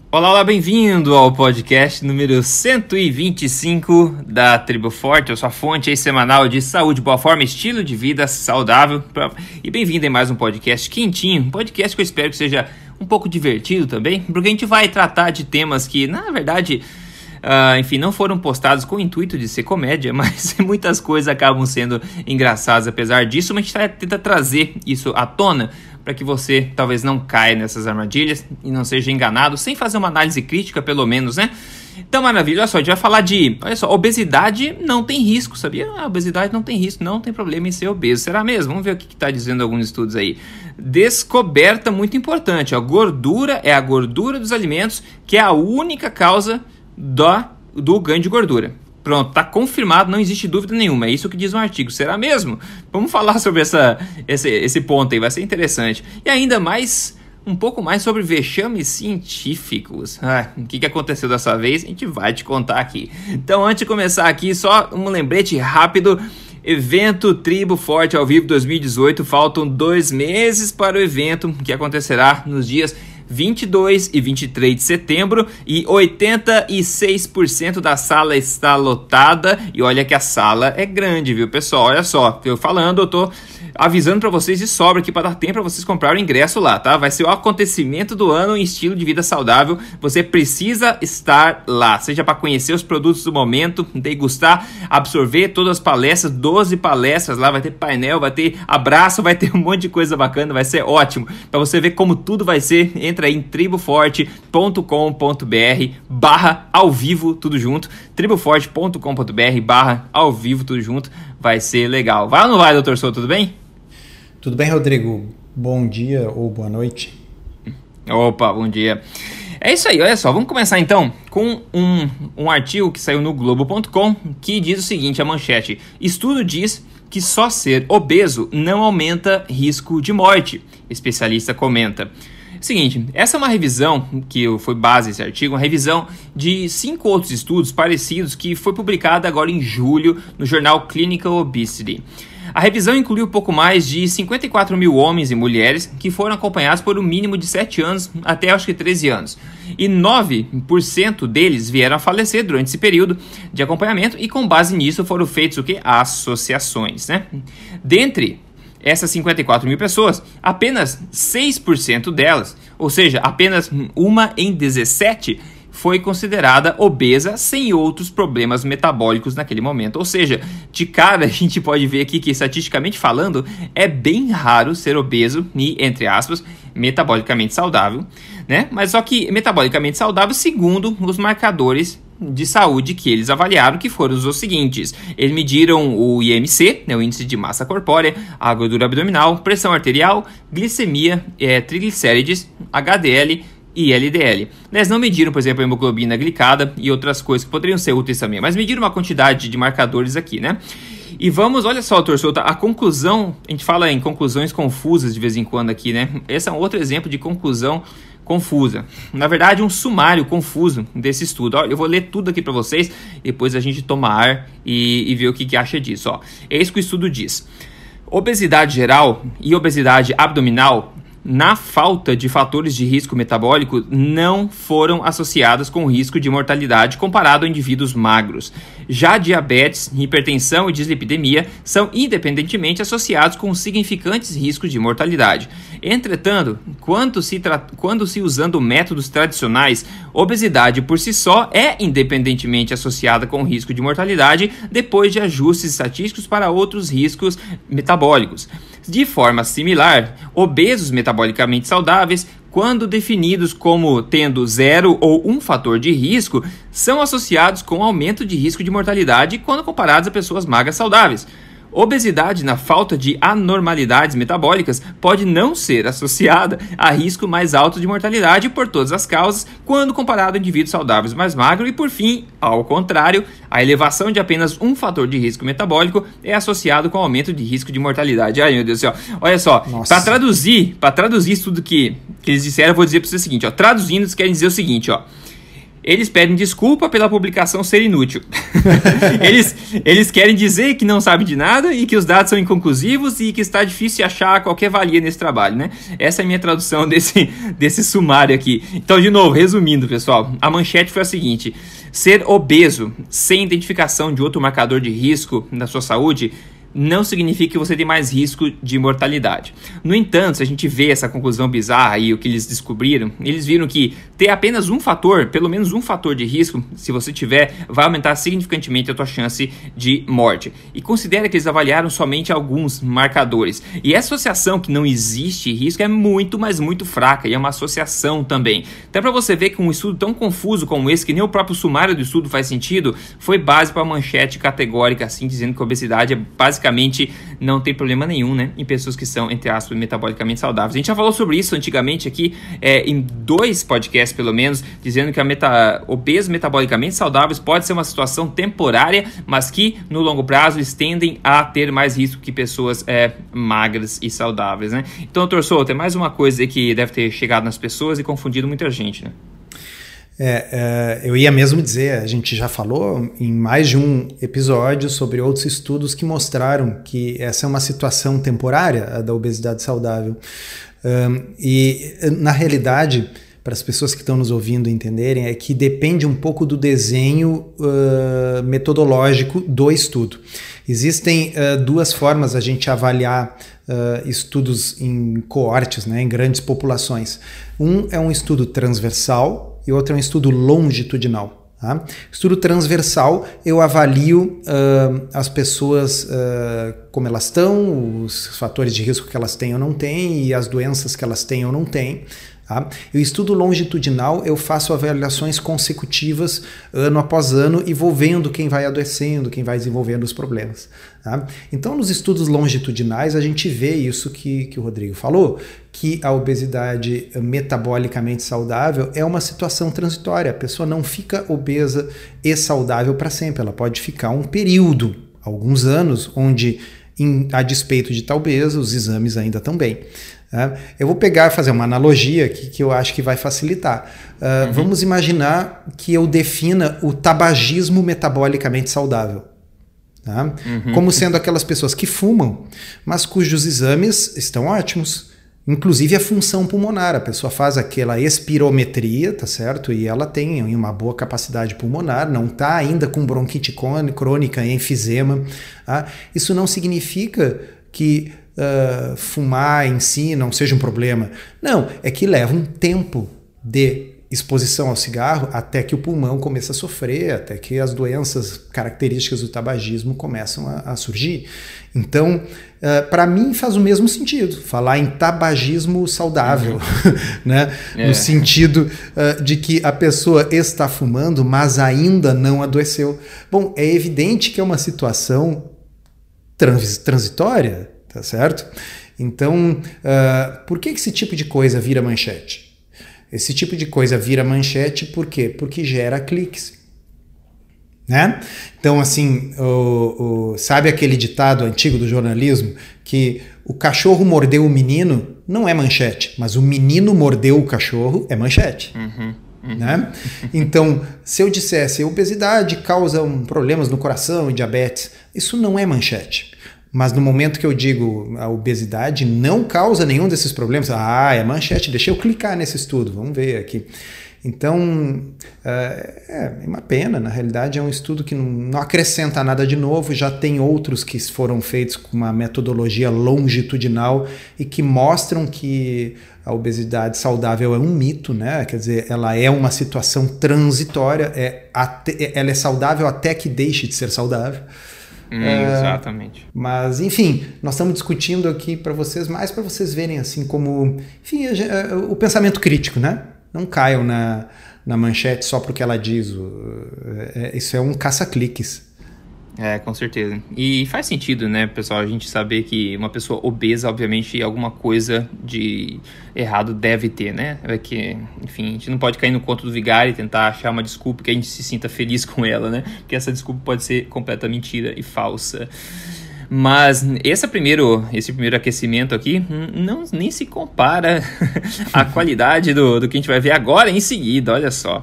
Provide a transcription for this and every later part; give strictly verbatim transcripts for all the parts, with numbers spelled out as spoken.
Olá, olá, bem-vindo ao podcast número cento e vinte e cinco da Tribo Forte, a sua fonte aí semanal de saúde, boa forma, estilo de vida saudável. E bem-vindo em mais um podcast quentinho, um podcast que eu espero que seja um pouco divertido também, porque a gente vai tratar de temas que, na verdade, uh, enfim, não foram postados com o intuito de ser comédia, mas muitas coisas acabam sendo engraçadas apesar disso, mas a gente tenta trazer isso à tona, para que você talvez não caia nessas armadilhas e não seja enganado, sem fazer uma análise crítica, pelo menos, né? Então, maravilha, olha só, a gente vai falar de, olha só, obesidade não tem risco, sabia? A obesidade não tem risco, não tem problema em ser obeso. Será mesmo? Vamos ver o que está dizendo alguns estudos aí. Descoberta muito importante, a gordura é a gordura dos alimentos, que é a única causa do, do ganho de gordura. Pronto, está confirmado, não existe dúvida nenhuma, é isso que diz um artigo. Será mesmo? Vamos falar sobre essa, esse, esse ponto aí, vai ser interessante. E ainda mais, um pouco mais sobre vexames científicos. Ah, o que, que aconteceu dessa vez, a gente vai te contar aqui. Então, antes de começar aqui, só um lembrete rápido. Evento Tribo Forte ao Vivo dois mil e dezoito, faltam dois meses para o evento, que acontecerá nos dias vinte e dois e vinte e três de setembro, e oitenta e seis por cento da sala está lotada, e olha que a sala é grande, viu, pessoal? Olha só, eu falando, eu tô avisando para vocês de sobra aqui para dar tempo para vocês comprarem o ingresso lá, tá? Vai ser o acontecimento do ano em estilo de vida saudável, você precisa estar lá, seja para conhecer os produtos do momento, degustar, absorver todas as palestras, doze palestras lá, vai ter painel, vai ter abraço, vai ter um monte de coisa bacana, vai ser ótimo, para você ver como tudo vai ser. Entra aí em triboforte ponto com ponto br barra ao vivo, tudo junto, triboforte ponto com ponto br barra ao vivo, tudo junto, vai ser legal. Vai ou não vai, doutor Souto, tudo bem? Tudo bem, Rodrigo? Bom dia ou boa noite. Opa, bom dia. É isso aí, olha só, vamos começar então com um, um artigo que saiu no globo ponto com, que diz o seguinte, a manchete: estudo diz que só ser obeso não aumenta risco de morte, especialista comenta. Seguinte, essa é uma revisão, que foi base desse artigo, uma revisão de cinco outros estudos parecidos que foi publicada agora em julho no jornal Clinical Obesity. A revisão incluiu pouco mais de cinquenta e quatro mil homens e mulheres que foram acompanhados por um mínimo de sete anos até acho que treze anos. E nove por cento deles vieram a falecer durante esse período de acompanhamento e com base nisso foram feitos o quê? Associações, né? Dentre essas cinquenta e quatro mil pessoas, apenas seis por cento delas, ou seja, apenas uma em dezessete, foi considerada obesa sem outros problemas metabólicos naquele momento. Ou seja, de cara a gente pode ver aqui que, estatisticamente falando, é bem raro ser obeso e, entre aspas, metabolicamente saudável, né? Mas só que metabolicamente saudável segundo os marcadores de saúde que eles avaliaram, que foram os seguintes: eles mediram o I M C, né, o índice de massa corpórea, a gordura abdominal, pressão arterial, glicemia, é, triglicérides, H D L e L D L. Eles não mediram, por exemplo, a hemoglobina glicada e outras coisas que poderiam ser úteis também, mas mediram uma quantidade de marcadores aqui, né? E vamos, olha só, doutor Souto, a conclusão, a gente fala em conclusões confusas de vez em quando aqui, né? Esse é um outro exemplo de conclusão confusa. Na verdade, um sumário confuso desse estudo. Ó, eu vou ler tudo aqui para vocês, depois a gente toma ar e, e vê o que, que acha disso. Ó. É isso que o estudo diz. Obesidade geral e obesidade abdominal, na falta de fatores de risco metabólico, não foram associadas com risco de mortalidade comparado a indivíduos magros. Já diabetes, hipertensão e dislipidemia são independentemente associados com significantes riscos de mortalidade. Entretanto, quando se, tra- quando se usando métodos tradicionais, obesidade por si só é independentemente associada com risco de mortalidade depois de ajustes estatísticos para outros riscos metabólicos. De forma similar, obesos metabolicamente saudáveis, quando definidos como tendo zero ou um fator de risco, são associados com aumento de risco de mortalidade quando comparados a pessoas magras saudáveis. Obesidade na falta de anormalidades metabólicas pode não ser associada a risco mais alto de mortalidade por todas as causas quando comparado a indivíduos saudáveis mais magros e, por fim, ao contrário, a elevação de apenas um fator de risco metabólico é associado com aumento de risco de mortalidade. Ai, meu Deus do céu. Olha só, para traduzir, para traduzir isso tudo que, que eles disseram, eu vou dizer para você o seguinte, ó, traduzindo, eles querem dizer o seguinte, ó. eles pedem desculpa pela publicação ser inútil. eles, eles querem dizer que não sabem de nada e que os dados são inconclusivos e que está difícil achar qualquer valia nesse trabalho, né? Essa é a minha tradução desse, desse sumário aqui. Então, de novo, resumindo, pessoal, a manchete foi a seguinte: ser obeso sem identificação de outro marcador de risco na sua saúde não significa que você tem mais risco de mortalidade. No entanto, se a gente vê essa conclusão bizarra aí, o que eles descobriram, eles viram que ter apenas um fator, pelo menos um fator de risco, se você tiver, vai aumentar significativamente a tua chance de morte. E considera que eles avaliaram somente alguns marcadores. E a associação que não existe risco é muito, mas muito fraca, e é uma associação também. Então, para você ver que um estudo tão confuso como esse, que nem o próprio sumário do estudo faz sentido, foi base para uma manchete categórica, assim, dizendo que a obesidade é basicamente Basicamente, não tem problema nenhum, né, em pessoas que são, entre aspas, metabolicamente saudáveis. A gente já falou sobre isso antigamente aqui, é, em dois podcasts pelo menos, dizendo que a meta, obesos metabolicamente saudáveis pode ser uma situação temporária, mas que no longo prazo eles tendem a ter mais risco que pessoas é, magras e saudáveis, né? Então, doutor Souto, é mais uma coisa aí que deve ter chegado nas pessoas e confundido muita gente, né? É, é, eu ia mesmo dizer, a gente já falou em mais de um episódio sobre outros estudos que mostraram que essa é uma situação temporária, a da obesidade saudável. Um, e, na realidade, para as pessoas que estão nos ouvindo entenderem, é que depende um pouco do desenho uh, metodológico do estudo. Existem uh, duas formas a gente avaliar uh, estudos em coortes, né, em grandes populações. Um é um estudo transversal, e outro é um estudo longitudinal. Tá? Estudo transversal, eu avalio uh, as pessoas uh, como elas estão, os fatores de risco que elas têm ou não têm, e as doenças que elas têm ou não têm. Tá? E o estudo longitudinal, eu faço avaliações consecutivas ano após ano e vou vendo quem vai adoecendo, quem vai desenvolvendo os problemas. Tá? Então, nos estudos longitudinais, a gente vê isso que, que o Rodrigo falou, que a obesidade metabolicamente saudável é uma situação transitória. A pessoa não fica obesa e saudável para sempre. Ela pode ficar um período, alguns anos, onde, em, a despeito de estar obesa, os exames ainda estão bem. Eu vou pegar e fazer uma analogia aqui que eu acho que vai facilitar. Uh, uhum. Vamos imaginar que eu defina o tabagismo metabolicamente saudável. Tá? Uhum. Como sendo aquelas pessoas que fumam, mas cujos exames estão ótimos. Inclusive a função pulmonar. A pessoa faz aquela espirometria, tá certo? E ela tem uma boa capacidade pulmonar, não está ainda com bronquite crônica e enfisema. Tá? Isso não significa que Uh, fumar em si não seja um problema. Não, é que leva um tempo de exposição ao cigarro até que o pulmão comece a sofrer, até que as doenças características do tabagismo começam a, a surgir. Então, uh, para mim faz o mesmo sentido falar em tabagismo saudável, uhum. né? É. No sentido uh, de que a pessoa está fumando, mas ainda não adoeceu. Bom, é evidente que é uma situação trans, transitória, tá certo? Então, uh, por que esse tipo de coisa vira manchete? Esse tipo de coisa vira manchete por quê? Porque gera cliques. Né? Então, assim, o, o, sabe aquele ditado antigo do jornalismo que o cachorro mordeu o menino? Não é manchete, mas o menino mordeu o cachorro é manchete. Uhum. Uhum. Né? Então, se eu dissesse obesidade causa um, problemas no coração e diabetes, isso não é manchete. Mas no momento que eu digo a obesidade não causa nenhum desses problemas, ah, é manchete, deixa eu clicar nesse estudo, vamos ver aqui. Então, é uma pena, na realidade é um estudo que não acrescenta nada de novo, já tem outros que foram feitos com uma metodologia longitudinal e que mostram que a obesidade saudável é um mito, né? Quer dizer, ela é uma situação transitória, é até, ela é saudável até que deixe de ser saudável. Hum, é, exatamente. Mas, enfim, nós estamos discutindo aqui para vocês, mais para vocês verem assim como, enfim, a, a, o pensamento crítico, né? Não caiam na, na manchete só porque ela diz. O, é, isso é um caça-cliques. É, com certeza. E faz sentido, né, pessoal, a gente saber que uma pessoa obesa, obviamente, alguma coisa de errado deve ter, né? É que, enfim, a gente não pode cair no conto do vigário e tentar achar uma desculpa que a gente se sinta feliz com ela, né? Porque essa desculpa pode ser completa mentira e falsa. Mas esse primeiro, esse primeiro aquecimento aqui não, nem se compara à qualidade do, do que a gente vai ver agora em seguida, olha só.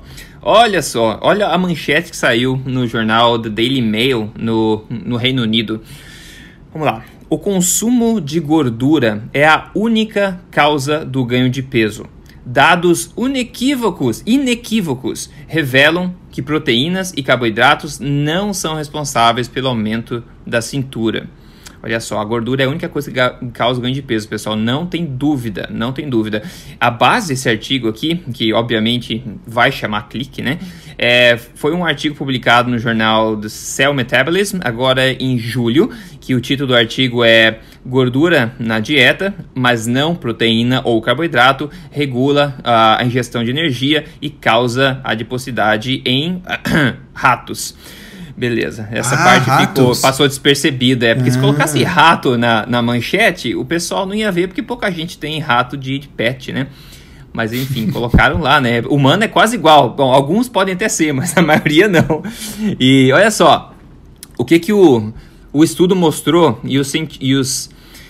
Olha só, olha a manchete que saiu no jornal The Daily Mail no, no Reino Unido. Vamos lá. O consumo de gordura é a única causa do ganho de peso. Dados inequívocos, inequívocos revelam que proteínas e carboidratos não são responsáveis pelo aumento da cintura. Olha só, a gordura é a única coisa que causa ganho de peso, pessoal. Não tem dúvida, não tem dúvida. A base desse artigo aqui, que obviamente vai chamar clique, né? É, foi um artigo publicado no jornal The Cell Metabolism, agora em julho, que o título do artigo é Gordura na dieta, mas não proteína ou carboidrato, regula a ingestão de energia e causa adiposidade em ratos. Beleza, essa ah, parte ficou, ratos. passou despercebida, é porque ah. se colocasse rato na, na manchete, o pessoal não ia ver, porque pouca gente tem rato de, de pet, né? Mas enfim, colocaram lá, né? Humano é quase igual, bom, alguns podem até ser, mas a maioria não. E olha só, o que que o, o estudo mostrou e os... E os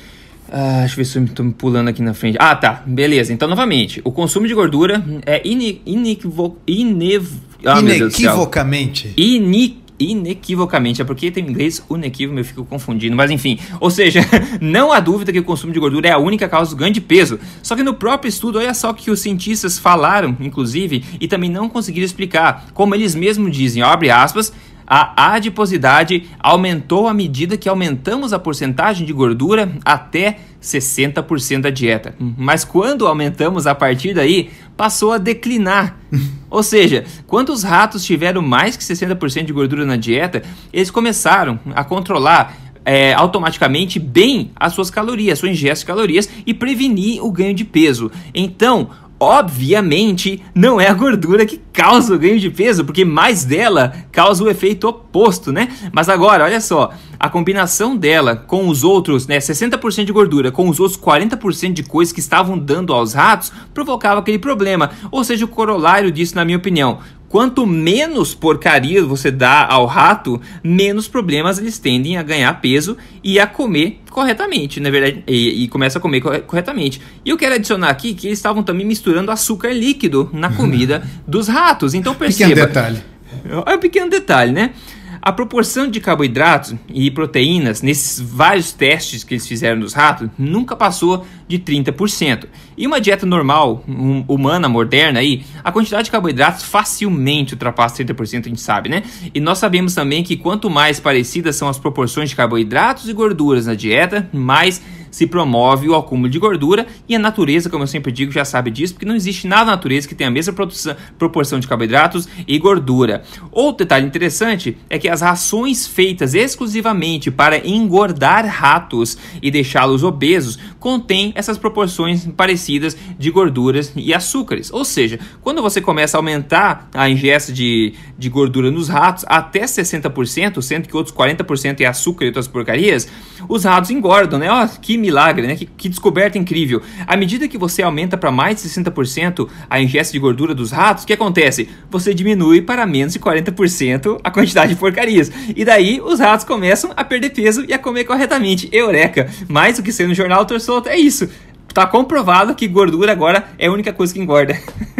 ah, deixa eu ver se eu estou me pulando aqui na frente. Ah, tá, beleza, então novamente, o consumo de gordura é ine, inequivo, inev, ah, inequivocamente. Ine, inequivocamente, é porque tem em inglês inequívoco, eu fico confundindo, mas enfim, ou seja, não há dúvida que o consumo de gordura é a única causa do ganho de peso. Só que no próprio estudo, olha só o que os cientistas falaram, inclusive, e também não conseguiram explicar, como eles mesmos dizem, abre aspas, a adiposidade aumentou à medida que aumentamos a porcentagem de gordura até sessenta por cento da dieta. Mas quando aumentamos a partir daí, passou a declinar. Ou seja, quando os ratos tiveram mais que sessenta por cento de gordura na dieta, eles começaram a controlar é, automaticamente bem as suas calorias, a sua ingesta de calorias e prevenir o ganho de peso. Então, obviamente, não é a gordura que causa o ganho de peso, porque mais dela causa o efeito oposto, né? Mas agora, olha só, a combinação dela com os outros, né, sessenta por cento de gordura, com os outros quarenta por cento de coisas que estavam dando aos ratos, provocava aquele problema. Ou seja, o corolário disso, na minha opinião, quanto menos porcaria você dá ao rato, menos problemas eles tendem a ganhar peso e a comer corretamente, na verdade, e, e começa a comer corretamente. E eu quero adicionar aqui que eles estavam também misturando açúcar líquido na comida dos ratos. Então perceba. Pequeno detalhe. É um pequeno detalhe, né? A proporção de carboidratos e proteínas nesses vários testes que eles fizeram nos ratos nunca passou de trinta por cento. E uma dieta normal, um, humana, moderna, aí, a quantidade de carboidratos facilmente ultrapassa trinta por cento, a gente sabe, né? E nós sabemos também que quanto mais parecidas são as proporções de carboidratos e gorduras na dieta, mais se promove o acúmulo de gordura, e a natureza, como eu sempre digo, já sabe disso, porque não existe nada na natureza que tenha a mesma proporção de carboidratos e gordura. Outro detalhe interessante é que as rações feitas exclusivamente para engordar ratos e deixá-los obesos contêm essas proporções parecidas de gorduras e açúcares. Ou seja, quando você começa a aumentar a ingesta de, de gordura nos ratos até sessenta por cento, sendo que outros quarenta por cento é açúcar e outras porcarias, os ratos engordam, né? Ó, que milagre, né? Que, que descoberta incrível. À medida que você aumenta para mais de sessenta por cento a ingesta de gordura dos ratos, o que acontece? Você diminui para menos de quarenta por cento a quantidade de porcarias. E daí os ratos começam a perder peso e a comer corretamente. Eureka! Mais do que ser no jornal Torçoto, é isso. Tá comprovado que gordura agora é a única coisa que engorda.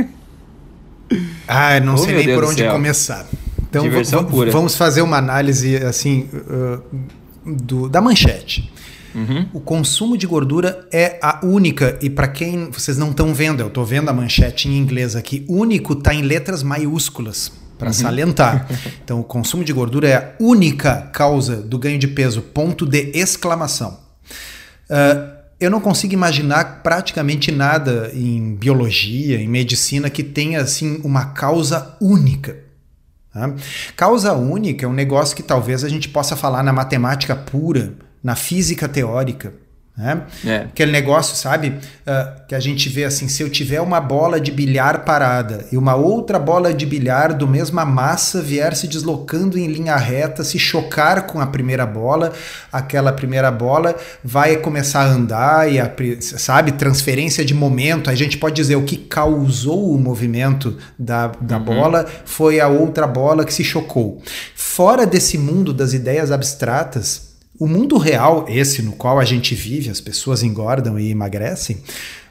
Ah, não oh, sei nem por onde começar. Então vamos fazer uma análise assim uh, do, da manchete. Uhum. O consumo de gordura é a única, e para quem vocês não estão vendo, eu estou vendo a manchete em inglês aqui, único está em letras maiúsculas, para uhum. salientar. Então o consumo de gordura é a única causa do ganho de peso, ponto de exclamação. Uh, eu não consigo imaginar praticamente nada em biologia, em medicina, que tenha assim uma causa única. Tá? Causa única é um negócio que talvez a gente possa falar na matemática pura, na física teórica, né? É. Aquele negócio, sabe, uh, que a gente vê assim, se eu tiver uma bola de bilhar parada e uma outra bola de bilhar do mesma massa vier se deslocando em linha reta, se chocar com a primeira bola, aquela primeira bola vai começar a andar e, a, sabe, transferência de momento, a gente pode dizer o que causou o movimento da, da uhum. bola foi a outra bola que se chocou. Fora desse mundo das ideias abstratas, o mundo real, esse no qual a gente vive, as pessoas engordam e emagrecem,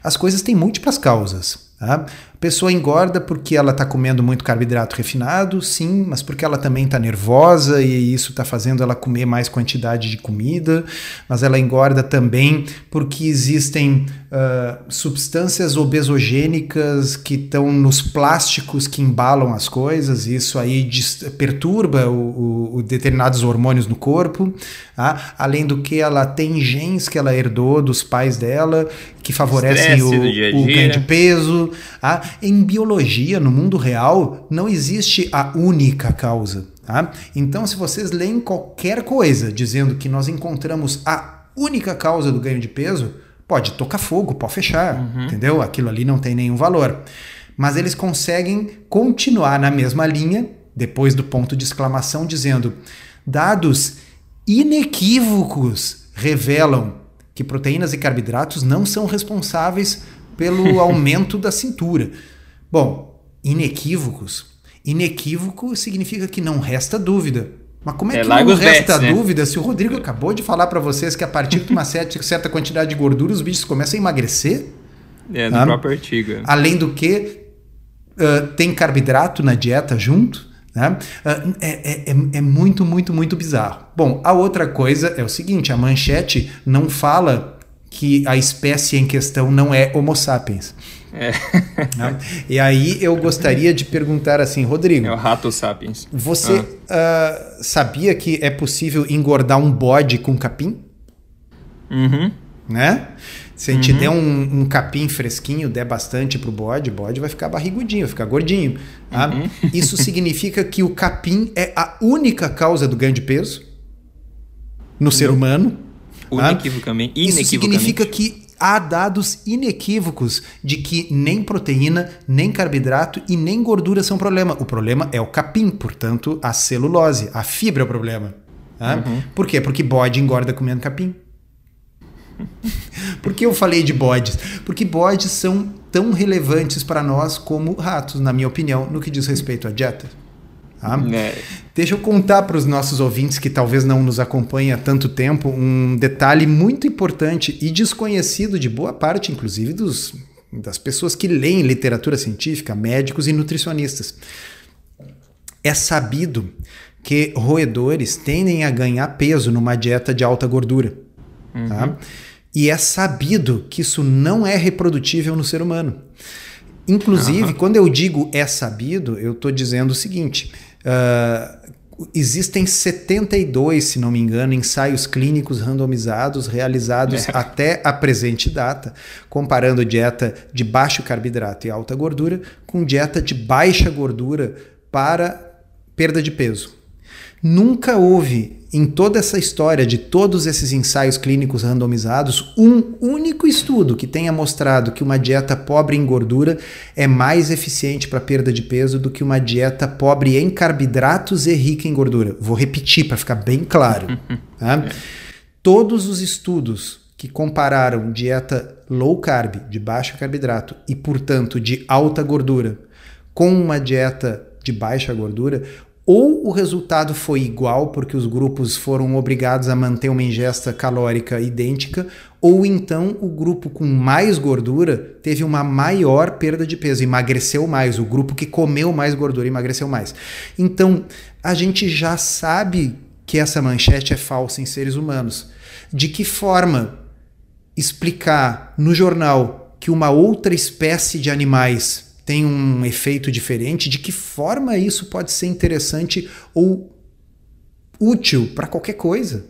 As coisas têm múltiplas causas. Tá? A pessoa engorda porque ela está comendo muito carboidrato refinado, sim, mas porque ela também está nervosa e isso está fazendo ela comer mais quantidade de comida, mas ela engorda também porque existem uh, substâncias obesogênicas que estão nos plásticos que embalam as coisas, e isso aí perturba o, o, o determinados hormônios no corpo, tá? Além do que ela tem genes que ela herdou dos pais dela, que favorecem o, dia -dia. o ganho de peso. Tá? Em biologia, no mundo real, não existe a única causa. Tá? Então, se vocês leem qualquer coisa dizendo que nós encontramos a única causa do ganho de peso, pode tocar fogo, pode fechar, uhum. entendeu? Aquilo ali não tem nenhum valor. Mas eles conseguem continuar na mesma linha, depois do ponto de exclamação, dizendo: dados inequívocos revelam que proteínas e carboidratos não são responsáveis pelo aumento da cintura. Bom, inequívocos. Inequívoco significa que não resta dúvida. Mas como é, é que não resta bets, dúvida né? se o Rodrigo acabou de falar para vocês que a partir de uma certa quantidade de gordura os bichos começam a emagrecer? É, no ah, próprio artigo. Além do que, uh, tem carboidrato na dieta junto. Né? Uh, é, é, é muito, muito, muito bizarro. Bom, a outra coisa é o seguinte, a manchete não fala que a espécie em questão não é Homo sapiens. É. Né? E aí eu gostaria de perguntar assim, Rodrigo... É o rato sapiens. Você ah. uh, sabia que é possível engordar um bode com capim? Uhum. Né? Se a gente uhum. der um, um capim fresquinho, der bastante pro bode, o bode vai ficar barrigudinho, vai ficar gordinho. Tá? Uhum. Isso significa que o capim é a única causa do ganho de peso no uhum. ser humano. Inequivocamente. Tá? Isso significa que há dados inequívocos de que nem proteína, nem carboidrato e nem gordura são problema. O problema é o capim, portanto, a celulose, a fibra é o problema. Tá? Uhum. Por quê? Porque bode engorda comendo capim. Por que eu falei de bodes? Porque bodes são tão relevantes para nós como ratos, na minha opinião, no que diz respeito à dieta. Tá? É. Deixa eu contar para os nossos ouvintes que talvez não nos acompanhem há tanto tempo um detalhe muito importante e desconhecido de boa parte, inclusive, dos, das pessoas que leem literatura científica, médicos e nutricionistas. É sabido que roedores tendem a ganhar peso numa dieta de alta gordura. Uhum. Tá? E é sabido que isso não é reprodutível no ser humano. Inclusive, uhum. quando eu digo é sabido, eu estou dizendo o seguinte: uh, existem setenta e dois, se não me engano, ensaios clínicos randomizados realizados é. até a presente data, comparando dieta de baixo carboidrato e alta gordura com dieta de baixa gordura para perda de peso. Nunca houve, em toda essa história de todos esses ensaios clínicos randomizados, um único estudo que tenha mostrado que uma dieta pobre em gordura é mais eficiente para perda de peso do que uma dieta pobre em carboidratos e rica em gordura. Vou repetir para ficar bem claro. Tá? Todos os estudos que compararam dieta low carb, de baixo carboidrato e, portanto, de alta gordura, com uma dieta de baixa gordura, ou o resultado foi igual porque os grupos foram obrigados a manter uma ingesta calórica idêntica, ou então o grupo com mais gordura teve uma maior perda de peso, emagreceu mais, o grupo que comeu mais gordura emagreceu mais. Então, a gente já sabe que essa manchete é falsa em seres humanos. De que forma explicar no jornal que uma outra espécie de animais tem um efeito diferente, de que forma isso pode ser interessante ou útil para qualquer coisa?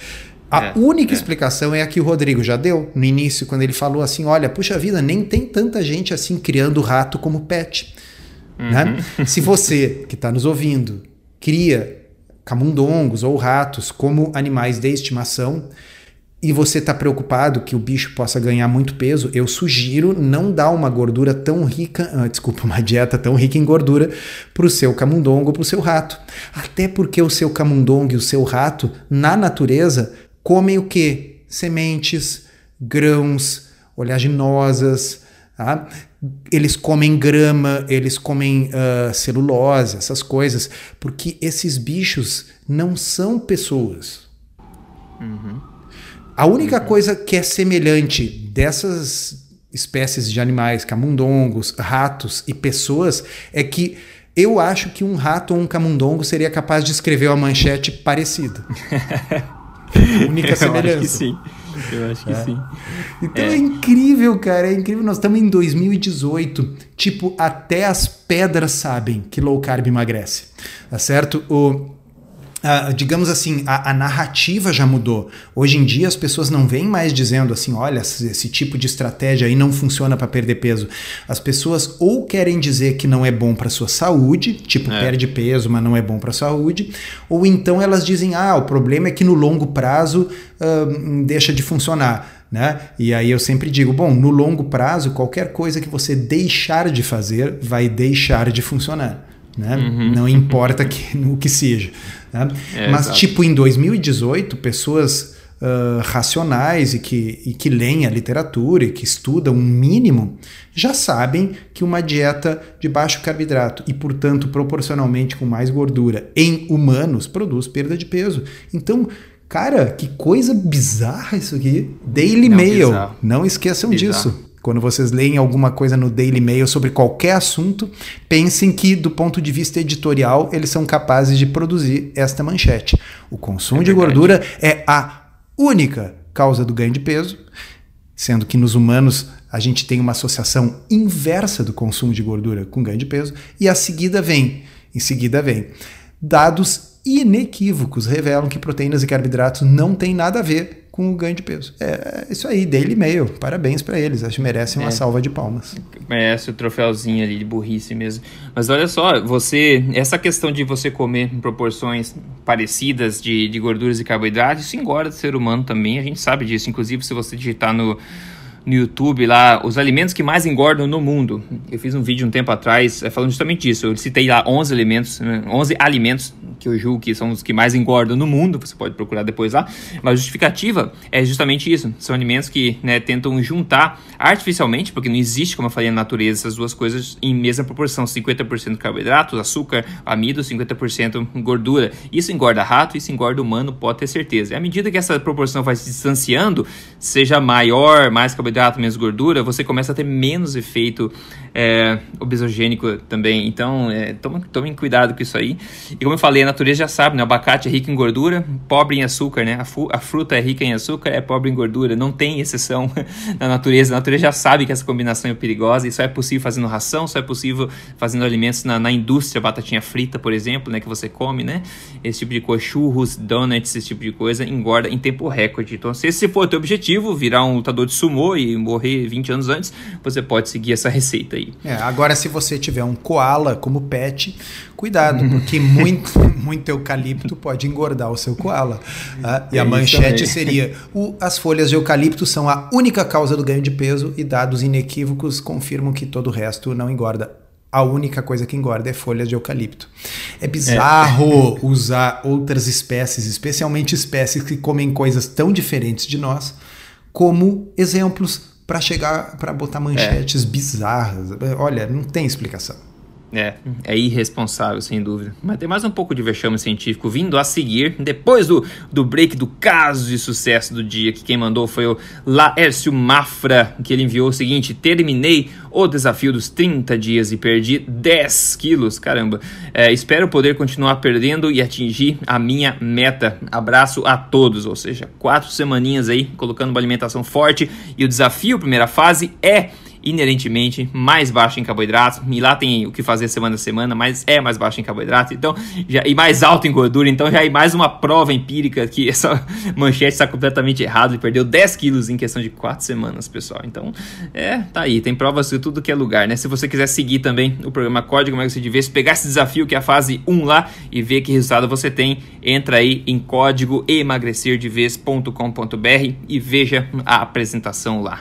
A é, única é. explicação é a que o Rodrigo já deu no início, quando ele falou assim, olha, puxa vida, nem tem tanta gente assim criando rato como pet. Uhum. Né? Se você, que está nos ouvindo, cria camundongos ou ratos como animais de estimação, e você está preocupado que o bicho possa ganhar muito peso, eu sugiro não dar uma gordura tão rica, ah, desculpa, uma dieta tão rica em gordura para o seu camundongo ou para o seu rato. Até porque o seu camundongo e o seu rato, na natureza, comem o quê? Sementes, grãos, oleaginosas, tá? Eles comem grama, eles comem uh, celulose, essas coisas, porque esses bichos não são pessoas. Uhum. A única coisa que é semelhante dessas espécies de animais, camundongos, ratos e pessoas, é que eu acho que um rato ou um camundongo seria capaz de escrever uma manchete parecida. A única semelhança. Eu acho que sim. Eu acho que é. sim. Então é. é incrível, cara. É incrível. Nós estamos em dois mil e dezoito. Tipo, até as pedras sabem que low carb emagrece. Tá certo? O... Uh, digamos assim, a, a narrativa já mudou. Hoje em dia as pessoas não vêm mais dizendo assim, olha, esse, esse tipo de estratégia aí não funciona para perder peso. As pessoas ou querem dizer que não é bom para sua saúde, tipo é. perde peso, mas não é bom para a saúde, ou então elas dizem, ah, o problema é que no longo prazo uh, deixa de funcionar. Né? E aí eu sempre digo, bom, no longo prazo, qualquer coisa que você deixar de fazer vai deixar de funcionar. Né? Uhum. Não importa que, o que seja. Né? É, Mas, exato. tipo, em dois mil e dezoito, pessoas uh, racionais e que, e que leem a literatura e que estudam um mínimo já sabem que uma dieta de baixo carboidrato e, portanto, proporcionalmente com mais gordura em humanos produz perda de peso. Então, cara, que coisa bizarra isso aqui. Daily Não, Mail. Bizarro. Não esqueçam bizarro. disso. Quando vocês leem alguma coisa no Daily Mail sobre qualquer assunto, pensem que, do ponto de vista editorial, eles são capazes de produzir esta manchete. O consumo é de gordura é a única causa do ganho de peso, sendo que nos humanos a gente tem uma associação inversa do consumo de gordura com ganho de peso, e a seguida vem, em seguida vem, dados inequívocos revelam que proteínas e carboidratos não têm nada a ver com o ganho de peso. É isso aí, Daily Mail. Parabéns para eles. Acho que merecem uma é. salva de palmas. Merece o troféuzinho ali de burrice mesmo. Mas olha só, você, essa questão de você comer em proporções parecidas de, de gorduras e carboidratos, isso engorda o ser humano também. A gente sabe disso. Inclusive, se você digitar no no YouTube lá, os alimentos que mais engordam no mundo. Eu fiz um vídeo um tempo atrás é, falando justamente disso. Eu citei lá onze alimentos, né, onze alimentos que eu julgo que são os que mais engordam no mundo. Você pode procurar depois lá. Mas a justificativa é justamente isso. São alimentos que, né, tentam juntar artificialmente, porque não existe, como eu falei, na natureza, essas duas coisas em mesma proporção. cinquenta por cento carboidratos, açúcar, amido, cinquenta por cento gordura. Isso engorda rato, isso engorda humano, pode ter certeza. E à medida que essa proporção vai se distanciando, seja maior, mais carboidrato, menos gordura, você começa a ter menos efeito é, obesogênico também. Então, é, tomem, tomem cuidado com isso aí. E como eu falei, a natureza já sabe, né? O abacate é rico em gordura, pobre em açúcar, né? A, fu- a fruta é rica em açúcar, é pobre em gordura. Não tem exceção na natureza. A natureza já sabe que essa combinação é perigosa e só é possível fazendo ração, só é possível fazendo alimentos na, na indústria, batatinha frita, por exemplo, né? Que você come, né? Esse tipo de coisa, churros, donuts, esse tipo de coisa, engorda em tempo recorde. Então, se esse for o teu objetivo, virar um lutador de sumô e morrer vinte anos antes, você pode seguir essa receita aí. É, agora, se você tiver um koala como pet, cuidado, porque muito, muito eucalipto pode engordar o seu koala. Tá? E é a manchete seria: o, as folhas de eucalipto são a única causa do ganho de peso e dados inequívocos confirmam que todo o resto não engorda. A única coisa que engorda é folhas de eucalipto. É bizarro é. usar outras espécies, especialmente espécies que comem coisas tão diferentes de nós, como exemplos para chegar, para botar manchetes é. bizarras. Olha, não tem explicação. É, é irresponsável, sem dúvida. Mas tem mais um pouco de vexame científico vindo a seguir, depois do, do break do caso de sucesso do dia, que quem mandou foi o Laércio Mafra, que ele enviou o seguinte: terminei o desafio dos trinta dias e perdi dez quilos, caramba. É, espero poder continuar perdendo e atingir a minha meta. Abraço a todos, ou seja, quatro semaninhas aí, colocando uma alimentação forte, e o desafio, primeira fase, é inerentemente mais baixo em carboidratos, e lá tem o que fazer semana a semana, mas é mais baixo em carboidratos, então, já, e mais alto em gordura, então já é mais uma prova empírica que essa manchete está completamente errada, e perdeu dez quilos em questão de quatro semanas, pessoal. Então, é, tá aí, tem provas de tudo que é lugar, né? Se você quiser seguir também o programa Código Emagrecer de Vez, pegar esse desafio que é a fase um lá e ver que resultado você tem, entra aí em código emagrecer de vez ponto com ponto b r e veja a apresentação lá.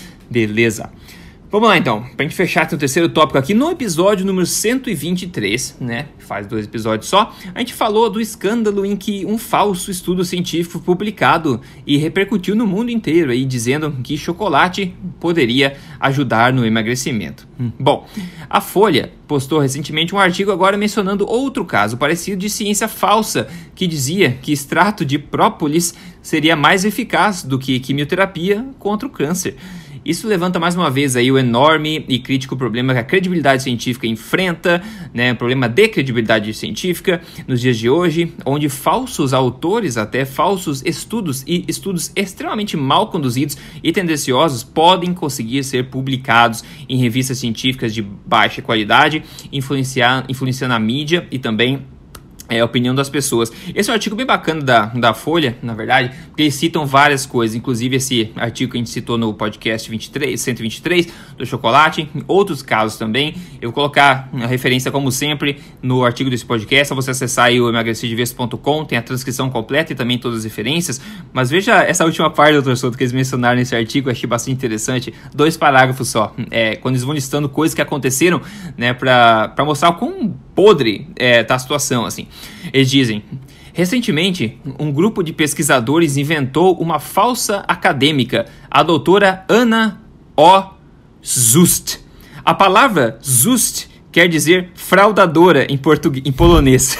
Beleza? Vamos lá então, pra gente fechar o terceiro tópico aqui, no episódio número cento e vinte e três, né, faz dois episódios só, a gente falou do escândalo em que um falso estudo científico publicado e repercutiu no mundo inteiro, aí, dizendo que chocolate poderia ajudar no emagrecimento. Hum. Bom, a Folha postou recentemente um artigo agora mencionando outro caso parecido de ciência falsa, que dizia que extrato de própolis seria mais eficaz do que quimioterapia contra o câncer. Isso levanta mais uma vez aí o enorme e crítico problema que a credibilidade científica enfrenta, né, problema de credibilidade científica nos dias de hoje, onde falsos autores, até falsos estudos e estudos extremamente mal conduzidos e tendenciosos podem conseguir ser publicados em revistas científicas de baixa qualidade, influenciar, influenciando a mídia e também é a opinião das pessoas. Esse é um artigo bem bacana da, da Folha, na verdade, porque eles citam várias coisas, inclusive esse artigo que a gente citou no podcast vinte e três, cento e vinte e três do chocolate, em outros casos também. Eu vou colocar a referência, como sempre, no artigo desse podcast. É só você acessar aí o emagrecer de vez ponto com, tem a transcrição completa e também todas as referências. Mas veja essa última parte, doutor Souto, que eles mencionaram nesse artigo, eu achei bastante interessante. Dois parágrafos só, é, quando eles vão listando coisas que aconteceram, né, para mostrar o quão podre é, tá a situação, assim. Eles dizem: recentemente, um grupo de pesquisadores inventou uma falsa acadêmica, a doutora Anna O. Zust. A palavra Zust quer dizer fraudadora em, português, em polonês.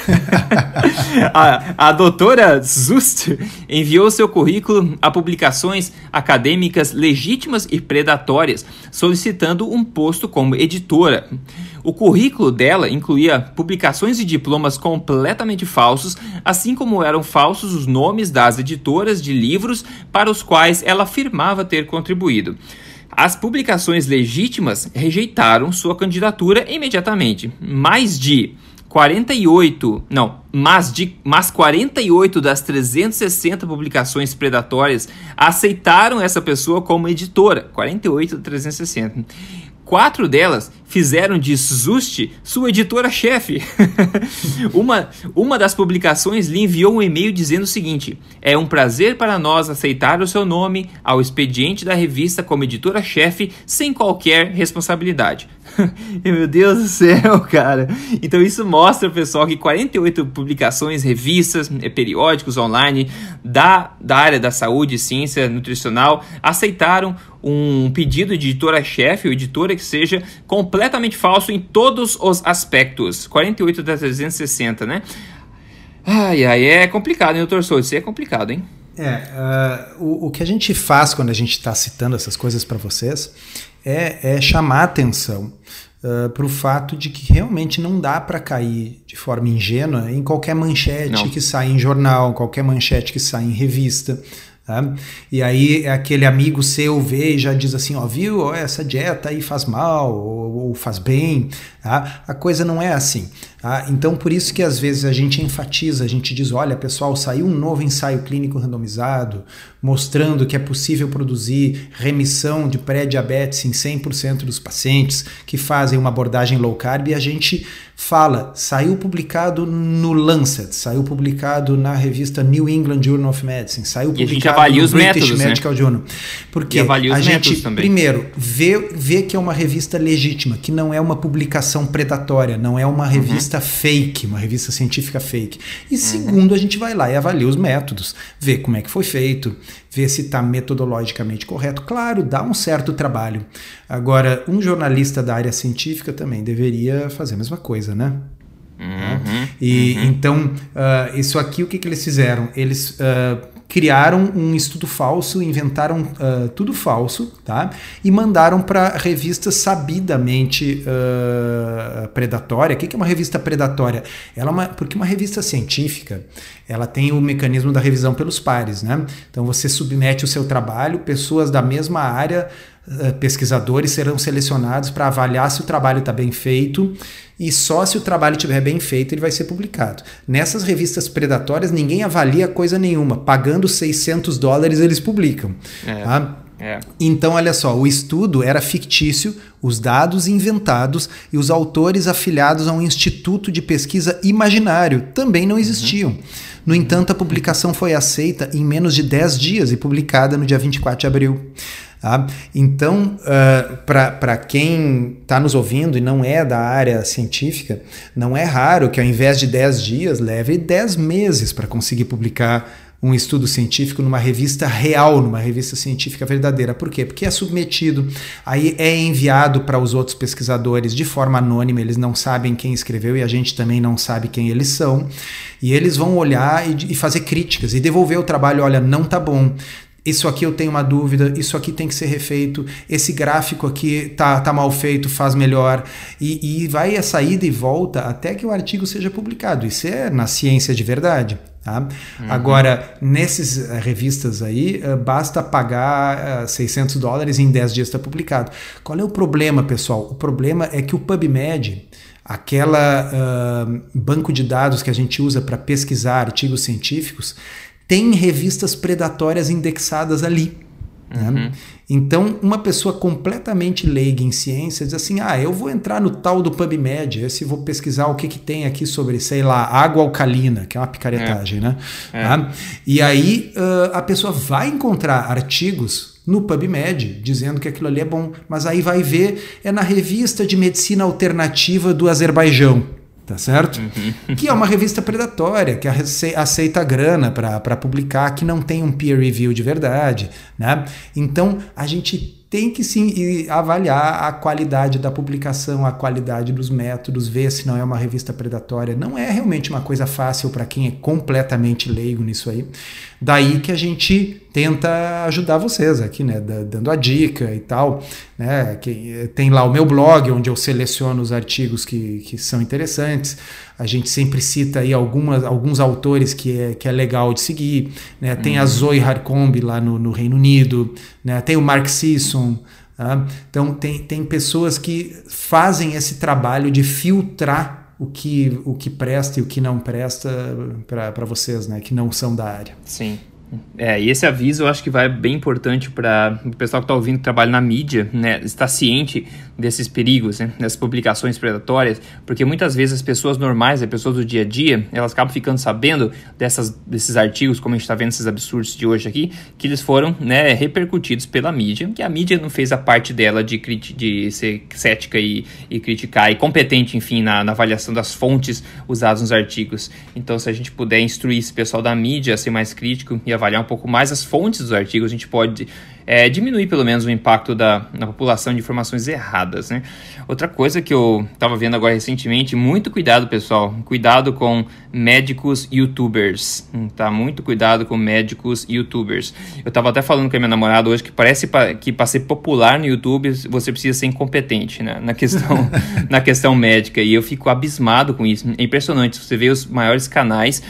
a, a doutora Zust enviou seu currículo a publicações acadêmicas legítimas e predatórias, solicitando um posto como editora. O currículo dela incluía publicações e diplomas completamente falsos, assim como eram falsos os nomes das editoras de livros para os quais ela afirmava ter contribuído. As publicações legítimas rejeitaram sua candidatura imediatamente. Mais de quarenta e oito, não, mas, de, mas quarenta e oito das trezentas e sessenta publicações predatórias aceitaram essa pessoa como editora. quarenta e oito das trezentas e sessenta. Quatro delas fizeram de Zust sua editora-chefe. uma, uma das publicações lhe enviou um e-mail dizendo o seguinte: é um prazer para nós aceitar o seu nome ao expediente da revista como editora-chefe sem qualquer responsabilidade. Meu Deus do céu, cara. Então isso mostra, pessoal, que quarenta e oito publicações, revistas, periódicos online da, da área da saúde e ciência nutricional aceitaram um pedido de editora-chefe ou editora que seja completamente falso em todos os aspectos. quarenta e oito das trezentas e sessenta, né? Ai, ai, é complicado, hein, doutor Souto? Isso é complicado, hein? É, uh, o, o que a gente faz quando a gente está citando essas coisas para vocês é, é chamar atenção uh, para o fato de que realmente não dá para cair de forma ingênua em qualquer manchete não. que sai em jornal, qualquer manchete que sai em revista. Tá? E aí aquele amigo seu vê e já diz assim, ó, viu, ó, essa dieta aí faz mal ou, ou faz bem, tá? A coisa não é assim. Tá? Então por isso que às vezes a gente enfatiza, a gente diz, olha pessoal, saiu um novo ensaio clínico randomizado mostrando que é possível produzir remissão de pré-diabetes em cem por cento dos pacientes que fazem uma abordagem low carb, e a gente fala, saiu publicado no Lancet, saiu publicado na revista New England Journal of Medicine, saiu publicado e a gente avalia no os British métodos, Medical né? Journal. Porque a gente, primeiro, vê, vê que é uma revista legítima, que não é uma publicação predatória, não é uma revista uhum. fake, uma revista científica fake. E segundo, uhum. a gente vai lá e avalia os métodos, vê como é que foi feito, vê se está metodologicamente correto. Claro, dá um certo trabalho. Agora, um jornalista da área científica também deveria fazer a mesma coisa, né? Uhum, e uhum. então, uh, isso aqui, o que, que eles fizeram? Eles uh, criaram um estudo falso, inventaram uh, tudo falso, tá? E mandaram para revista sabidamente uh, predatória. O que, que é uma revista predatória? Ela é uma, porque uma revista científica, ela tem o mecanismo da revisão pelos pares, né? Então você submete o seu trabalho, pessoas da mesma área, uh, pesquisadores serão selecionados para avaliar se o trabalho está bem feito, e só se o trabalho estiver bem feito ele vai ser publicado. Nessas revistas predatórias ninguém avalia coisa nenhuma, pagando seiscentos dólares eles publicam. É, tá? é. Então olha só, o estudo era fictício, os dados inventados e os autores afiliados a um instituto de pesquisa imaginário também não existiam. Uhum. No entanto, a publicação foi aceita em menos de dez dias e publicada no dia vinte e quatro de abril. Tá? Então, uh, para quem está nos ouvindo e não é da área científica, não é raro que ao invés de dez dias, leve dez meses para conseguir publicar um estudo científico numa revista real, numa revista científica verdadeira. Por quê? Porque é submetido, aí é enviado para os outros pesquisadores de forma anônima, eles não sabem quem escreveu e a gente também não sabe quem eles são, e eles vão olhar e, e fazer críticas e devolver o trabalho, olha, não tá bom, isso aqui eu tenho uma dúvida, isso aqui tem que ser refeito, esse gráfico aqui tá, tá mal feito, faz melhor, e, e vai essa ida e volta até que o artigo seja publicado. Isso é na ciência de verdade. Tá? Uhum. Agora, nessas uh, revistas aí, uh, basta pagar uh, seiscentos dólares e em dez dias está publicado. Qual é o problema, pessoal? O problema é que o PubMed, aquela uh, banco de dados que a gente usa para pesquisar artigos científicos, tem revistas predatórias indexadas ali. Uhum. Né? Então, uma pessoa completamente leiga em ciência diz assim, ah, eu vou entrar no tal do PubMed, esse vou pesquisar o que, que tem aqui sobre, sei lá, água alcalina, que é uma picaretagem, é. né? É. Tá? E aí uh, a pessoa vai encontrar artigos no PubMed dizendo que aquilo ali é bom, mas aí vai ver, é na revista de medicina alternativa do Azerbaijão. Tá certo? Uhum. Que é uma revista predatória, que aceita grana para publicar, que não tem um peer review de verdade, né? Então, a gente tem que sim avaliar a qualidade da publicação, a qualidade dos métodos, ver se não é uma revista predatória. Não é realmente uma coisa fácil para quem é completamente leigo nisso aí. Daí que a gente tenta ajudar vocês aqui, né, dando a dica e tal, né, que tem lá o meu blog, onde eu seleciono os artigos que, que são interessantes. A gente sempre cita aí algumas, alguns autores que é, que é legal de seguir, né? Tem uhum. a Zoe Harcombe lá no, no Reino Unido, né? Tem o Mark Sisson, tá? Então tem, tem pessoas que fazem esse trabalho de filtrar o que, o que presta e o que não presta para vocês, né? Que não são da área. Sim. É, e esse aviso eu acho que vai bem importante para o pessoal que está ouvindo que trabalha na mídia, né, estar ciente desses perigos, né, dessas publicações predatórias, porque muitas vezes as pessoas normais, as pessoas do dia a dia, elas acabam ficando sabendo dessas, desses artigos, como a gente está vendo esses absurdos de hoje aqui, que eles foram, né, repercutidos pela mídia, que a mídia não fez a parte dela de, de ser cética e, e criticar, e competente, enfim, na, na avaliação das fontes usadas nos artigos. Então, se a gente puder instruir esse pessoal da mídia a ser mais crítico e avaliar um pouco mais as fontes dos artigos, a gente pode é, diminuir pelo menos o impacto da, na população de informações erradas, né? Outra coisa que eu estava vendo agora recentemente, muito cuidado, pessoal, cuidado com médicos youtubers, tá? Muito cuidado com médicos youtubers. Eu estava até falando com a minha namorada hoje que parece pa, que para ser popular no YouTube você precisa ser incompetente, né? na, questão, na questão médica, e eu fico abismado com isso. É impressionante, você vê os maiores canais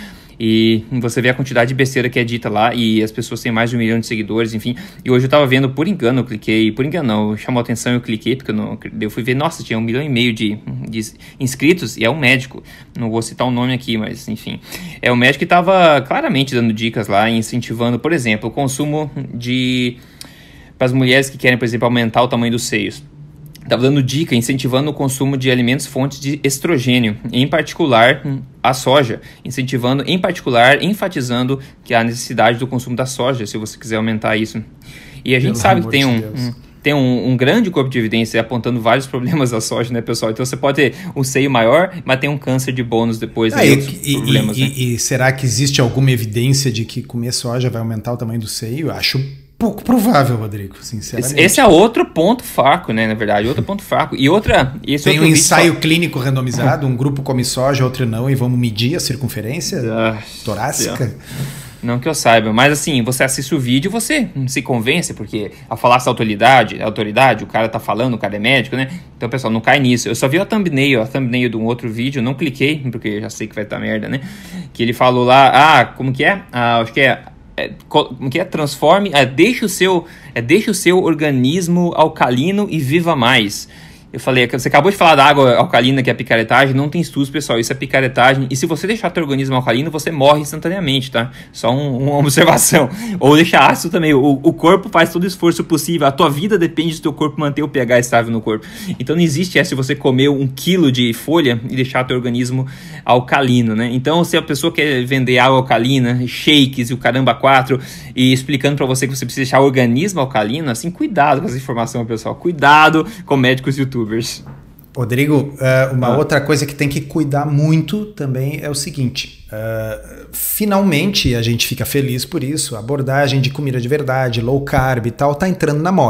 e você vê a quantidade de besteira que é dita lá, e as pessoas têm mais de um milhão de seguidores, enfim. E hoje eu tava vendo, por engano, eu cliquei, por engano não, chamou a atenção, eu cliquei, porque eu, não, eu fui ver, nossa, tinha um milhão e meio de, de inscritos, e é um médico, não vou citar o nome aqui, mas enfim. É um médico que tava claramente dando dicas lá, incentivando, por exemplo, o consumo de... para as mulheres que querem, por exemplo, aumentar o tamanho dos seios. Estava dando dica, incentivando o consumo de alimentos fontes de estrogênio, em particular a soja, incentivando, em particular, enfatizando que há necessidade do consumo da soja, se você quiser aumentar isso. E a gente Pelo sabe que tem um, um, tem um, um grande corpo de evidência apontando vários problemas da soja, né, pessoal? Então você pode ter um seio maior, mas tem um câncer de bônus depois. Ah, e, e, problemas, e, né? e, e será que existe alguma evidência de que comer soja vai aumentar o tamanho do seio? Eu acho pouco provável, Rodrigo, sinceramente. Esse é outro ponto fraco, né, na verdade, outro ponto fraco. E outra... Esse Tem outro um ensaio só... clínico randomizado, um grupo come soja, outro não, e vamos medir a circunferência ah, torácica? Deus. Não que eu saiba, mas assim, você assiste o vídeo, você se convence, porque a falácia da autoridade, a autoridade, o cara tá falando, o cara é médico, né? Então, pessoal, não cai nisso. Eu só vi a thumbnail, a thumbnail de um outro vídeo, não cliquei, porque eu já sei que vai estar merda, né? Que ele falou lá, ah, como que é? Ah, acho que é... É, como que é? Transforme, é, deixe o seu, é, deixe o seu organismo alcalino e viva mais. Eu falei, você acabou de falar da água alcalina, que é a picaretagem, não tem estudos, pessoal, isso é picaretagem, e se você deixar teu organismo alcalino, você morre instantaneamente, tá? Só um, uma observação. Ou deixar ácido também, o, o corpo faz todo o esforço possível, a tua vida depende do teu corpo manter o pH estável no corpo. Então não existe essa se você comer um quilo de folha e deixar teu organismo alcalino, né? Então se a pessoa quer vender água alcalina, shakes e o caramba quatro, e explicando pra você que você precisa deixar o organismo alcalino, assim, cuidado com essa informação, pessoal, cuidado com médicos e youtubers. Rodrigo, uma ah. outra coisa que tem que cuidar muito também é o seguinte, uh, finalmente a gente fica feliz por isso, a abordagem de comida de verdade, low carb e tal, tá entrando na moda,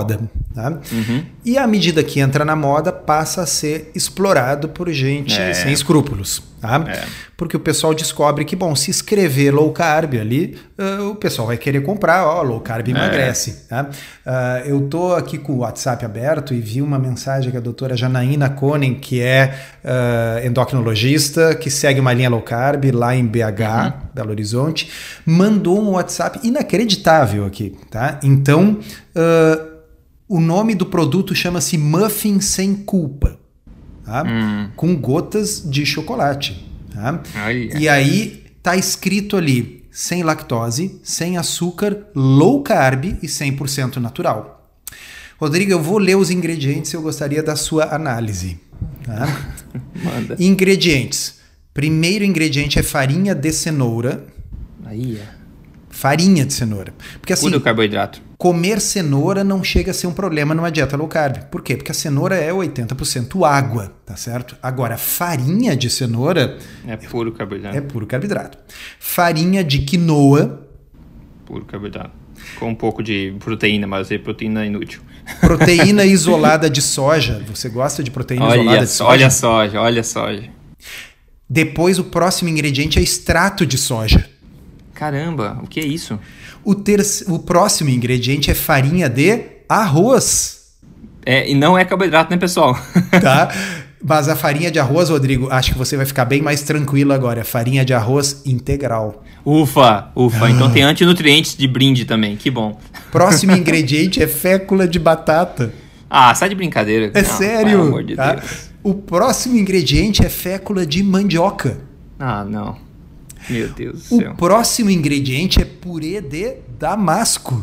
Tá? Uhum. E à medida que entra na moda, passa a ser explorado por gente É. sem escrúpulos. Tá? É. Porque o pessoal descobre que, bom, se escrever low carb ali, uh, o pessoal vai querer comprar, ó, low carb emagrece. É. Tá? Uh, eu tô aqui com o WhatsApp aberto e vi uma mensagem que a doutora Janaína Konen, que é uh, endocrinologista, que segue uma linha low carb lá em B H, uhum. Belo Horizonte, mandou um WhatsApp inacreditável aqui. Tá? Então, uh, o nome do produto chama-se Muffin Sem Culpa, tá? Hum. Com gotas de chocolate. Tá? E aí tá escrito ali, sem lactose, sem açúcar, low carb e cem por cento natural. Rodrigo, eu vou ler os ingredientes e eu gostaria da sua análise. Tá? Manda. Ingredientes. Primeiro ingrediente é farinha de cenoura. Aí, é. Farinha de cenoura. Porque assim, puro carboidrato. Comer cenoura não chega a ser um problema numa dieta low carb. Por quê? Porque a cenoura é oitenta por cento água, tá certo? Agora, farinha de cenoura... É puro carboidrato. É puro carboidrato. Farinha de quinoa... Puro carboidrato. Com um pouco de proteína, mas é proteína inútil. Proteína isolada de soja. Você gosta de proteína olha, isolada de soja? Olha a soja, olha a soja. Depois, o próximo ingrediente é extrato de soja. Caramba, o que é isso? O, terce... o próximo ingrediente é farinha de arroz. É, e não é carboidrato, né, pessoal? Tá? Mas a farinha de arroz, Rodrigo, acho que você vai ficar bem mais tranquilo agora. Farinha de arroz integral. Ufa, ufa. Ah. Então tem antinutrientes de brinde também, que bom. Próximo ingrediente é fécula de batata. Ah, sai de brincadeira. É não, sério? Pelo amor de tá? Deus. O próximo ingrediente é fécula de mandioca. Ah, não. Meu Deus do o céu. O próximo ingrediente é purê de damasco.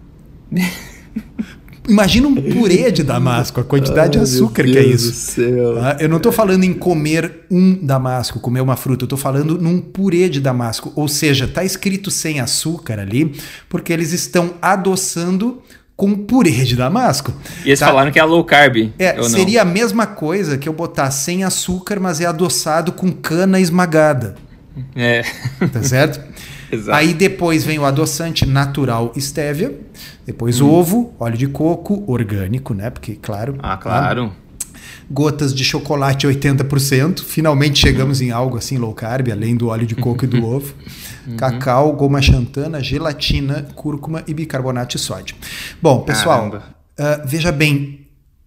Imagina um purê de damasco, a quantidade Ai, de açúcar meu que é Deus isso. Do céu. Tá? Eu não estou falando em comer um damasco, comer uma fruta, eu estou falando num purê de damasco. Ou seja, está escrito sem açúcar ali, porque eles estão adoçando com purê de damasco. E eles tá? falaram que é low carb. É, seria a mesma coisa que eu botar sem açúcar, mas é adoçado com cana esmagada. É. Tá certo? Exato. Aí depois vem o adoçante natural stevia, depois hum. ovo, óleo de coco, orgânico, né? Porque, claro... Ah, claro. Né? Gotas de chocolate oitenta por cento. Finalmente chegamos hum. em algo assim low carb, além do óleo de coco e do ovo. Uhum. Cacau, goma xantana, gelatina, cúrcuma e bicarbonato de sódio. Bom, pessoal, uh, veja bem,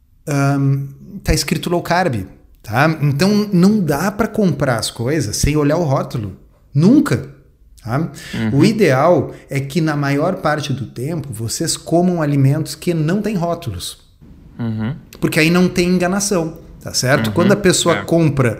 um, tá escrito low carb. Tá? Então não dá para comprar as coisas sem olhar o rótulo. Nunca. Tá? Uhum. O ideal é que na maior parte do tempo vocês comam alimentos que não têm rótulos. Uhum. Porque aí não tem enganação. Tá certo? Uhum. Quando a pessoa é. compra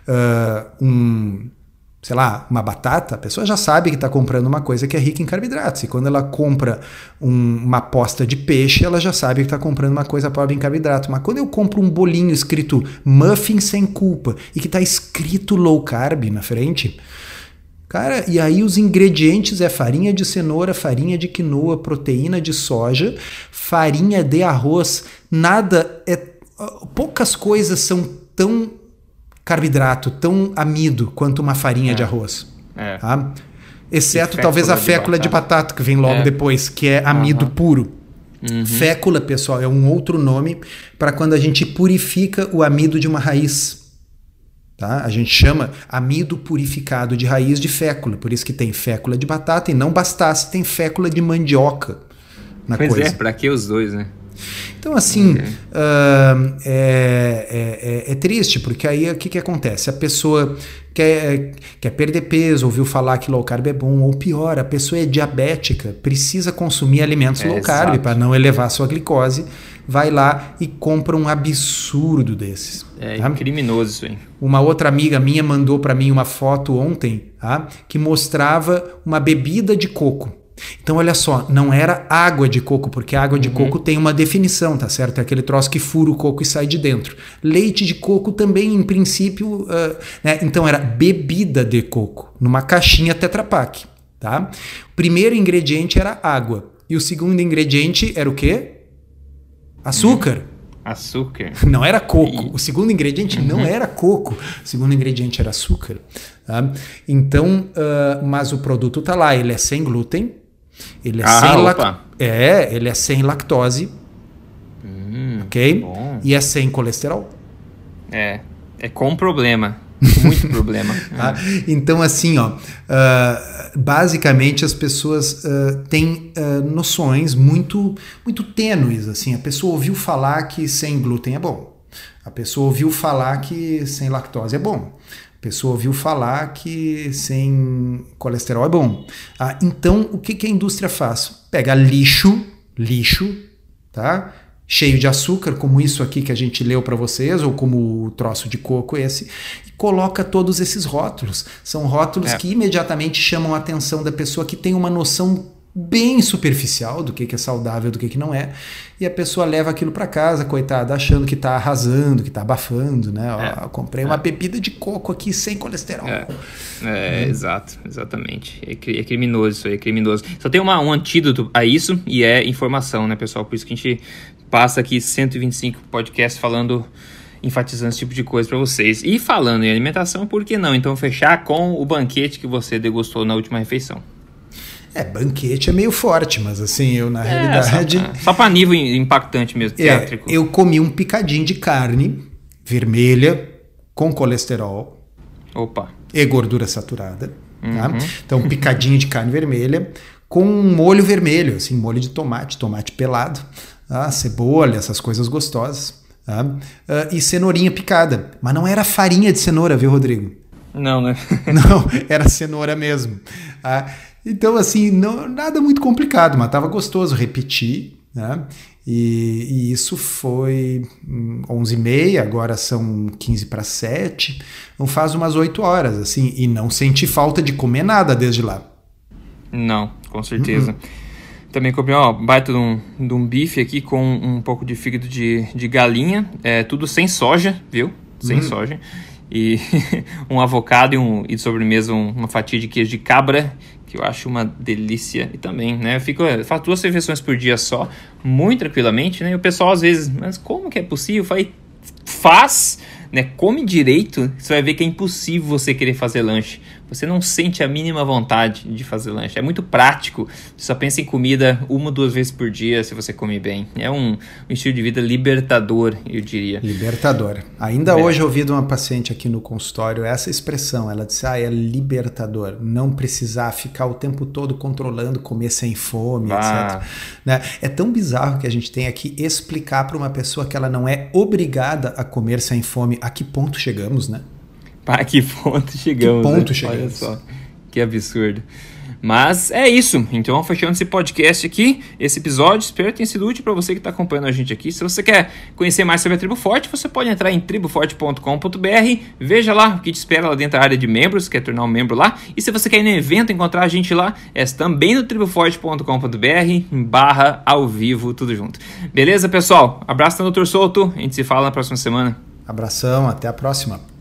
uh, um, sei lá, uma batata, a pessoa já sabe que está comprando uma coisa que é rica em carboidratos. E quando ela compra um, uma posta de peixe, ela já sabe que está comprando uma coisa pobre em carboidrato. Mas quando eu compro um bolinho escrito Muffin Sem Culpa e que está escrito low carb na frente, cara, e aí os ingredientes é farinha de cenoura, farinha de quinoa, proteína de soja, farinha de arroz, nada, é, poucas coisas são tão carboidrato, tão amido quanto uma farinha é. de arroz. É. Tá? Exceto talvez a fécula de batata. de batata, que vem logo é. depois, que é amido uhum. puro. Uhum. Fécula, pessoal, é um outro nome para quando a gente purifica o amido de uma raiz. Tá? A gente chama amido purificado de raiz de fécula, por isso que tem fécula de batata e não bastasse, tem fécula de mandioca na pois coisa. é, para que os dois, né? Então, assim, okay. uh, é, é, é triste, porque aí o que, que acontece? A pessoa quer, quer perder peso, ouviu falar que low carb é bom, ou pior, a pessoa é diabética, precisa consumir alimentos é, low carb para não elevar a sua glicose, vai lá e compra um absurdo desses. É tá? Criminoso isso aí. Uma outra amiga minha mandou para mim uma foto ontem, tá? Que mostrava uma bebida de coco. Então, olha só, não era água de coco, porque a água de uhum. coco tem uma definição, tá certo? É aquele troço que fura o coco e sai de dentro. Leite de coco também, em princípio, uh, né? Então era bebida de coco, numa caixinha Tetra Pak, tá? O primeiro ingrediente era água, e o segundo ingrediente era o quê? Açúcar. Uhum. Açúcar. Não era coco. E... O segundo ingrediente uhum. não era coco. O segundo ingrediente era açúcar. Tá? Então, uh, mas o produto tá lá, ele é sem glúten, ele é, ah, sem opa. lac... é, ele é sem lactose, hum. Hum, ok? Bom. E é sem colesterol. É, é com problema. Muito problema. Tá? Então, assim, ó, uh, basicamente as pessoas uh, têm uh, noções muito, muito tênues. Assim, a pessoa ouviu falar que sem glúten é bom. A pessoa ouviu falar que sem lactose é bom. A pessoa ouviu falar que sem colesterol é bom. Ah, então, o que, que a indústria faz? Pega lixo, lixo, tá? Cheio de açúcar, como isso aqui que a gente leu para vocês, ou como o troço de coco esse, e coloca todos esses rótulos. São rótulos é. que imediatamente chamam a atenção da pessoa que tem uma noção bem superficial do que, que é saudável, do que, que não é, e a pessoa leva aquilo para casa, coitada, achando que tá arrasando, que tá abafando, né? É. Ó, comprei uma é. bebida de coco aqui sem colesterol. É, é hum. exato, exatamente. É, é criminoso isso aí, é criminoso. Só tem uma, um antídoto a isso, e é informação, né, pessoal? Por isso que a gente passa aqui cento e vinte e cinco podcasts falando, enfatizando esse tipo de coisa para vocês. E falando em alimentação, por que não? Então fechar com o banquete que você degustou na última refeição. É, banquete é meio forte, mas assim, eu na é, realidade... Só, só para nível impactante mesmo, teátrico. É, eu comi um picadinho de carne vermelha com colesterol. Opa. E gordura saturada. Uhum. Tá? Então, um picadinho de carne vermelha com um molho vermelho, assim, molho de tomate, tomate pelado, tá? Cebola, essas coisas gostosas. Tá? Uh, e cenourinha picada. Mas não era farinha de cenoura, viu, Rodrigo? Não, né? Não, era cenoura mesmo. Tá? Então, assim, não, nada muito complicado, mas estava gostoso repetir, né? E, e isso foi onze e meia, agora são quinze para sete, então faz umas oito horas, assim, e não senti falta de comer nada desde lá. Não, com certeza. Uhum. Também comi, ó, baita de um, de um bife aqui com um pouco de fígado de, de galinha, é, tudo sem soja, viu? Sem uhum. soja. E um avocado e, um, e de sobremesa um, uma fatia de queijo de cabra, que eu acho uma delícia. E também, né, eu fico, eu faço duas refeições por dia só, muito tranquilamente, né, e o pessoal às vezes, mas como que é possível? Eu falei, faz, né, come direito, você vai ver que é impossível você querer fazer lanche. Você não sente a mínima vontade de fazer lanche. É muito prático. Você só pensa em comida uma ou duas vezes por dia se você come bem. É um, um estilo de vida libertador, eu diria. Libertador. Ainda é. Hoje eu ouvi de uma paciente aqui no consultório essa expressão. Ela disse, ah, é libertador. Não precisar ficar o tempo todo controlando, comer sem fome, ah. etcétera. Né? É tão bizarro que a gente tenha que explicar para uma pessoa que ela não é obrigada a comer sem fome. A que ponto chegamos, né? Para que ponto chegamos, que ponto né? chegamos. Olha só, que absurdo. Mas é isso, então fechando esse podcast aqui, esse episódio, espero que tenha sido útil para você que está acompanhando a gente aqui. Se você quer conhecer mais sobre a Tribo Forte, você pode entrar em tribo forte ponto com ponto b r, veja lá o que te espera lá dentro da área de membros, quer tornar um membro lá, e se você quer ir no evento, encontrar a gente lá, é também no tribo forte ponto com ponto b r, barra ao vivo, tudo junto. Beleza, pessoal? Abraço, doutor Souto, a gente se fala na próxima semana. Abração, até a próxima.